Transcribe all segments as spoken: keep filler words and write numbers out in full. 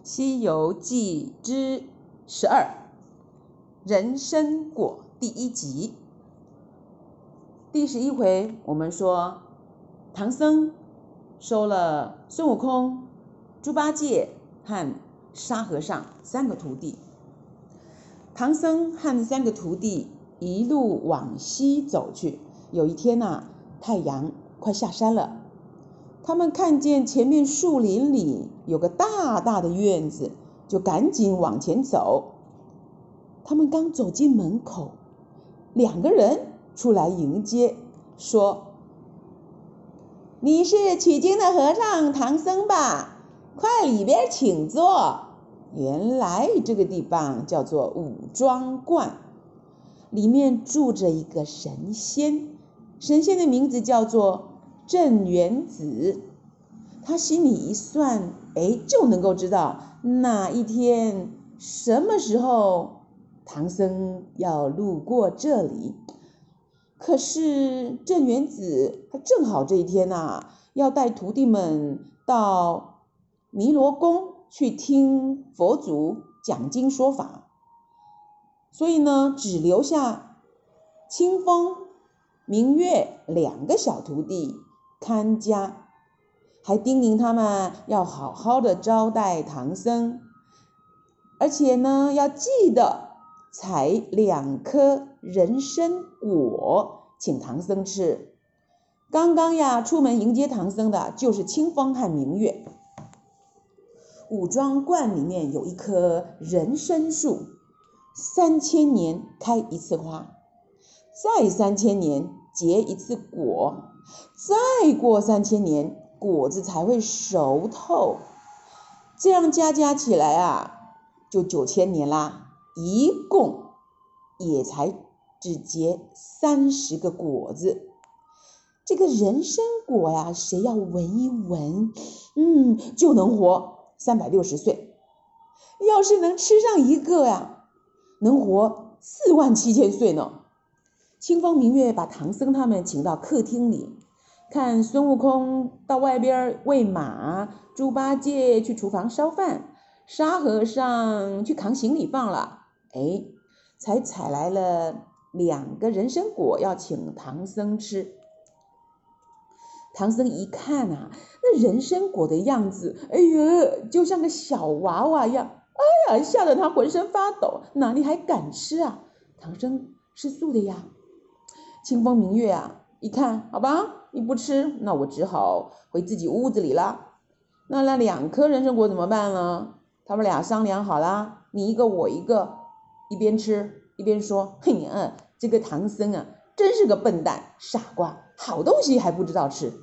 西游记之十二，人参果第一集。第十一回，我们说唐僧收了孙悟空、猪八戒和沙和尚三个徒弟。唐僧和三个徒弟一路往西走去。有一天啊，太阳快下山了，他们看见前面树林里有个大大的院子，就赶紧往前走。他们刚走进门口，两个人出来迎接，说：“你是取经的和尚唐僧吧？快里边请坐。”原来这个地方叫做五庄观，里面住着一个神仙，神仙的名字叫做镇元子。他心里一算，哎，就能够知道哪一天什么时候唐僧要路过这里。可是镇元子他正好这一天啊，要带徒弟们到弥罗宫去听佛祖讲经说法，所以呢，只留下清风、明月两个小徒弟看家，还叮咛他们要好好的招待唐僧，而且呢，要记得采两颗人参果请唐僧吃。刚刚呀，出门迎接唐僧的就是清风和明月。五庄观里面有一棵人参树，三千年开一次花，再三千年结一次果，再过三千年果子才会熟透。这样加加起来啊，就九千年啦，一共也才只结三十个果子。这个人参果呀，谁要闻一闻，嗯，就能活三百六十岁。要是能吃上一个呀，能活四万七千岁呢。清风明月把唐僧他们请到客厅里，看孙悟空到外边喂马，猪八戒去厨房烧饭，沙和尚去扛行李放了，哎，才采来了两个人参果要请唐僧吃。唐僧一看啊，那人参果的样子，哎呀，就像个小娃娃一样，哎呀，吓得他浑身发抖，哪里还敢吃啊？唐僧吃素的呀。清风明月啊，一看，好吧，你不吃，那我只好回自己屋子里了。那那两颗人参果怎么办呢？他们俩商量好啦，你一个我一个，一边吃一边说：“嘿，嗯，这个唐僧啊，真是个笨蛋傻瓜，好东西还不知道吃。”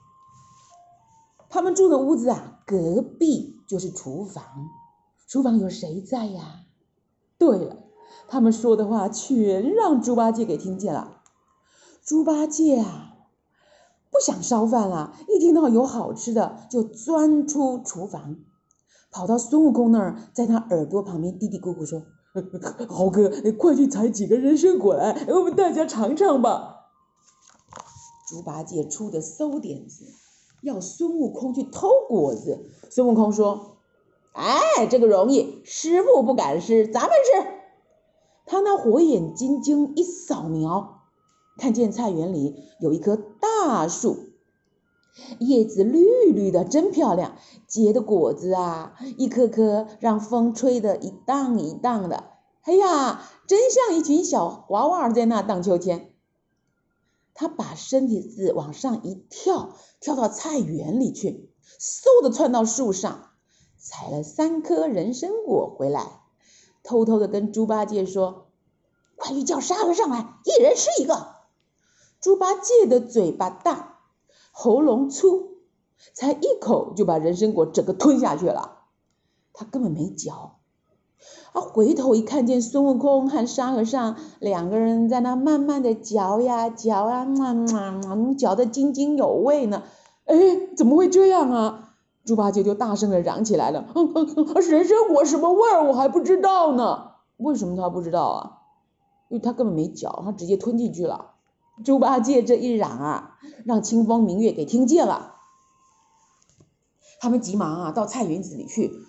他们住的屋子啊，隔壁就是厨房。厨房有谁在呀？对了，他们说的话全让猪八戒给听见了。猪八戒啊，不想烧饭了，一听到有好吃的，就钻出厨房，跑到孙悟空那儿，在他耳朵旁边嘀嘀咕咕说：“猴哥，快去采几个人参果来，我们大家尝尝吧。”猪八戒出的馊点子，要孙悟空去偷果子。孙悟空说：“哎，这个容易，师傅不敢吃，咱们吃。”他那火眼金睛一扫描，看见菜园里有一棵大树，叶子绿绿的，真漂亮，结的果子啊，一颗颗让风吹得一荡一荡的，哎呀，真像一群小娃娃在那荡秋千。他把身体子往上一跳，跳到菜园里去，嗖的窜到树上，采了三颗人参果回来，偷偷的跟猪八戒说：“快去叫沙和尚来，一人吃一个。”猪八戒的嘴巴大，喉咙粗，才一口就把人参果整个吞下去了。他根本没嚼。他回头一看见孙悟空和沙和尚两个人在那慢慢的嚼呀嚼啊，嚼得津津有味呢。哎，怎么会这样啊？猪八戒就大声的嚷起来了：“嗯嗯，人参果什么味儿我还不知道呢。”为什么他不知道啊？因为他根本没嚼，他直接吞进去了。猪八戒这一嚷啊，让清风明月给听见了。他们急忙啊到菜园子里去，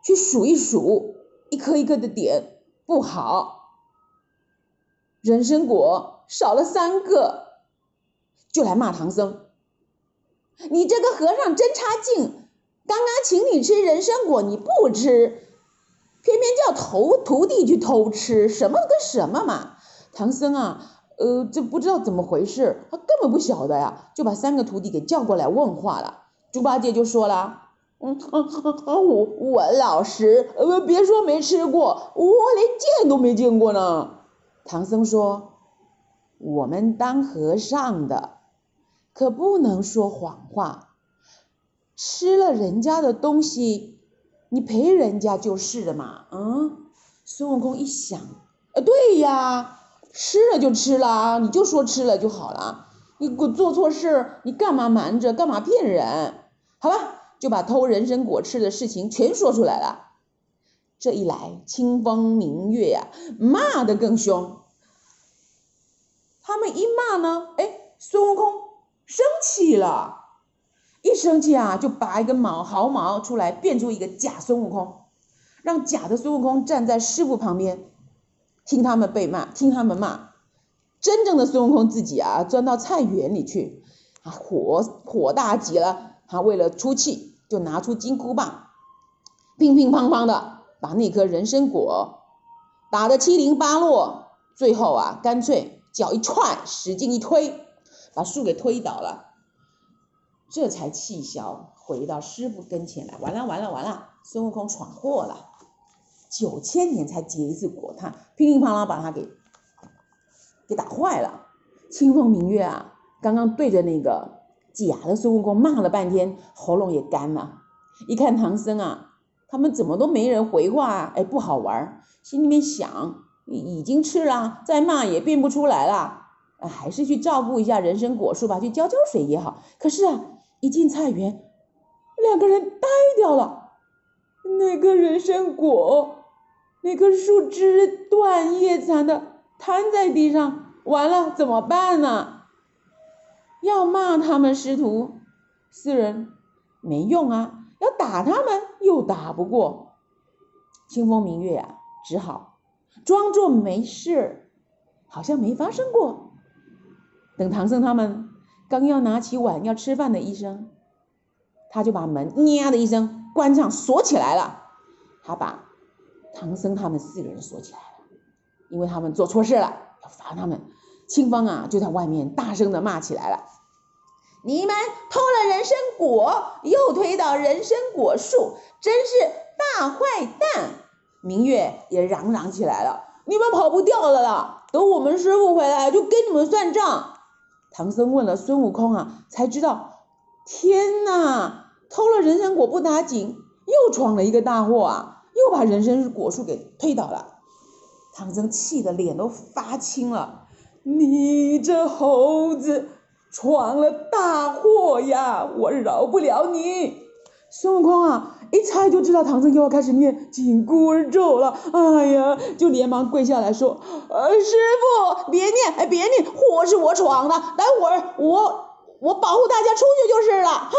去数一数，一颗一颗的点，不好，人参果少了三个，就来骂唐僧，你这个和尚真差劲，刚刚请你吃人参果你不吃，偏偏叫徒徒弟去偷吃，什么跟什么嘛。唐僧啊呃，这不知道怎么回事，他根本不晓得呀，就把三个徒弟给叫过来问话了。猪八戒就说了，嗯嗯嗯，我我老实，呃，别说没吃过，我连见都没见过呢。唐僧说，我们当和尚的可不能说谎话，吃了人家的东西，你赔人家就是了嘛。嗯，孙悟空一想，呃，对呀，吃了就吃了，你就说吃了就好了，你做错事，你干嘛瞒着，干嘛骗人？好吧，就把偷人参果吃的事情全说出来了。这一来，清风明月呀、啊，骂得更凶。他们一骂呢，哎，孙悟空生气了，一生气啊，就拔一根毛毫毛出来，变出一个假孙悟空，让假的孙悟空站在师傅旁边，听他们被骂，听他们骂。真正的孙悟空自己啊，钻到菜园里去，啊，火火大极了，他为了出气，就拿出金箍棒，乒乒乓乓的把那颗人参果打得七零八落，最后啊，干脆脚一踹，使劲一推，把树给推倒了，这才气消，回到师傅跟前来。完了完了完了，孙悟空闯祸了，九千年才结一次果，他乒乒乓乓把他给给打坏了。清风明月啊，刚刚对着那个假的孙悟空骂了半天，喉咙也干了。一看唐僧啊，他们怎么都没人回话啊，哎，不好玩，心里面想，已经吃了，再骂也变不出来了，啊，还是去照顾一下人参果树吧，去浇浇水也好。可是啊，一进菜园，两个人呆掉了，那个人参果，那棵树枝断叶残的瘫在地上，完了怎么办呢？要骂他们师徒四人没用啊，要打他们又打不过。清风明月啊，只好装作没事，好像没发生过。等唐僧他们刚要拿起碗要吃饭的一声，他就把门呀的一声关上锁起来了。他把唐僧他们四个人锁起来了，因为他们做错事了，要罚他们。清风啊就在外面大声的骂起来了，你们偷了人参果，又推倒人参果树，真是大坏蛋。明月也嚷嚷起来了，你们跑不掉了啦，等我们师傅回来就跟你们算账。唐僧问了孙悟空啊，才知道，天哪，偷了人参果不打紧，又闯了一个大祸啊，又把人参果树给推倒了。唐僧气得脸都发青了，你这猴子闯了大祸呀，我饶不了你。孙悟空啊，一猜就知道唐僧又要开始念紧箍咒了，哎呀，就连忙跪下来说，呃，师傅别念，哎，别念，祸是我闯的，待会儿我我保护大家出去就是了。哼！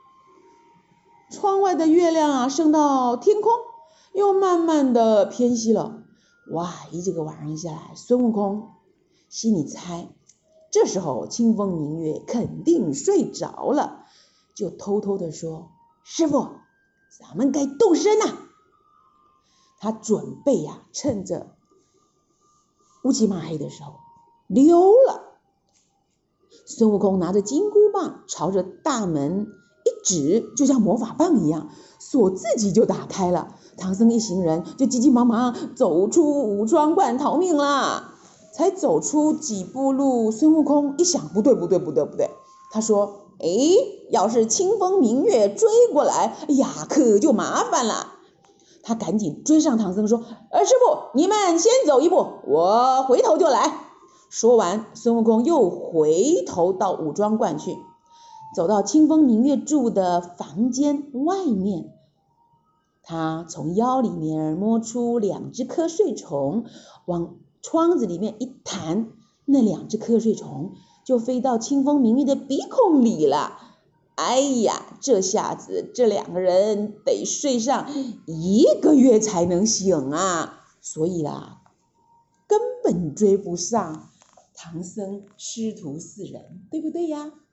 窗外的月亮啊，升到天空，又慢慢的偏西了。哇，一这个晚上下来，孙悟空心里猜，这时候清风明月肯定睡着了，就偷偷的说，师傅，咱们该动身呐。他准备呀、啊，趁着乌漆嘛黑的时候溜了。孙悟空拿着金箍棒朝着大门一指，就像魔法棒一样，锁自己就打开了。唐僧一行人就急急忙忙走出五庄观逃命啦。才走出几步路，孙悟空一想，不对不对不对不对，他说，哎，要是清风明月追过来，哎呀，可就麻烦了。他赶紧追上唐僧说，呃，师傅你们先走一步，我回头就来。说完，孙悟空又回头到五庄观去，走到清风明月住的房间外面，他从腰里面摸出两只瞌睡虫，往窗子里面一弹，那两只瞌睡虫就飞到清风明月的鼻孔里了。 哎呀，这下子这两个人得睡上一个月才能醒啊，所以啦，根本追不上唐僧师徒四人，对不对呀？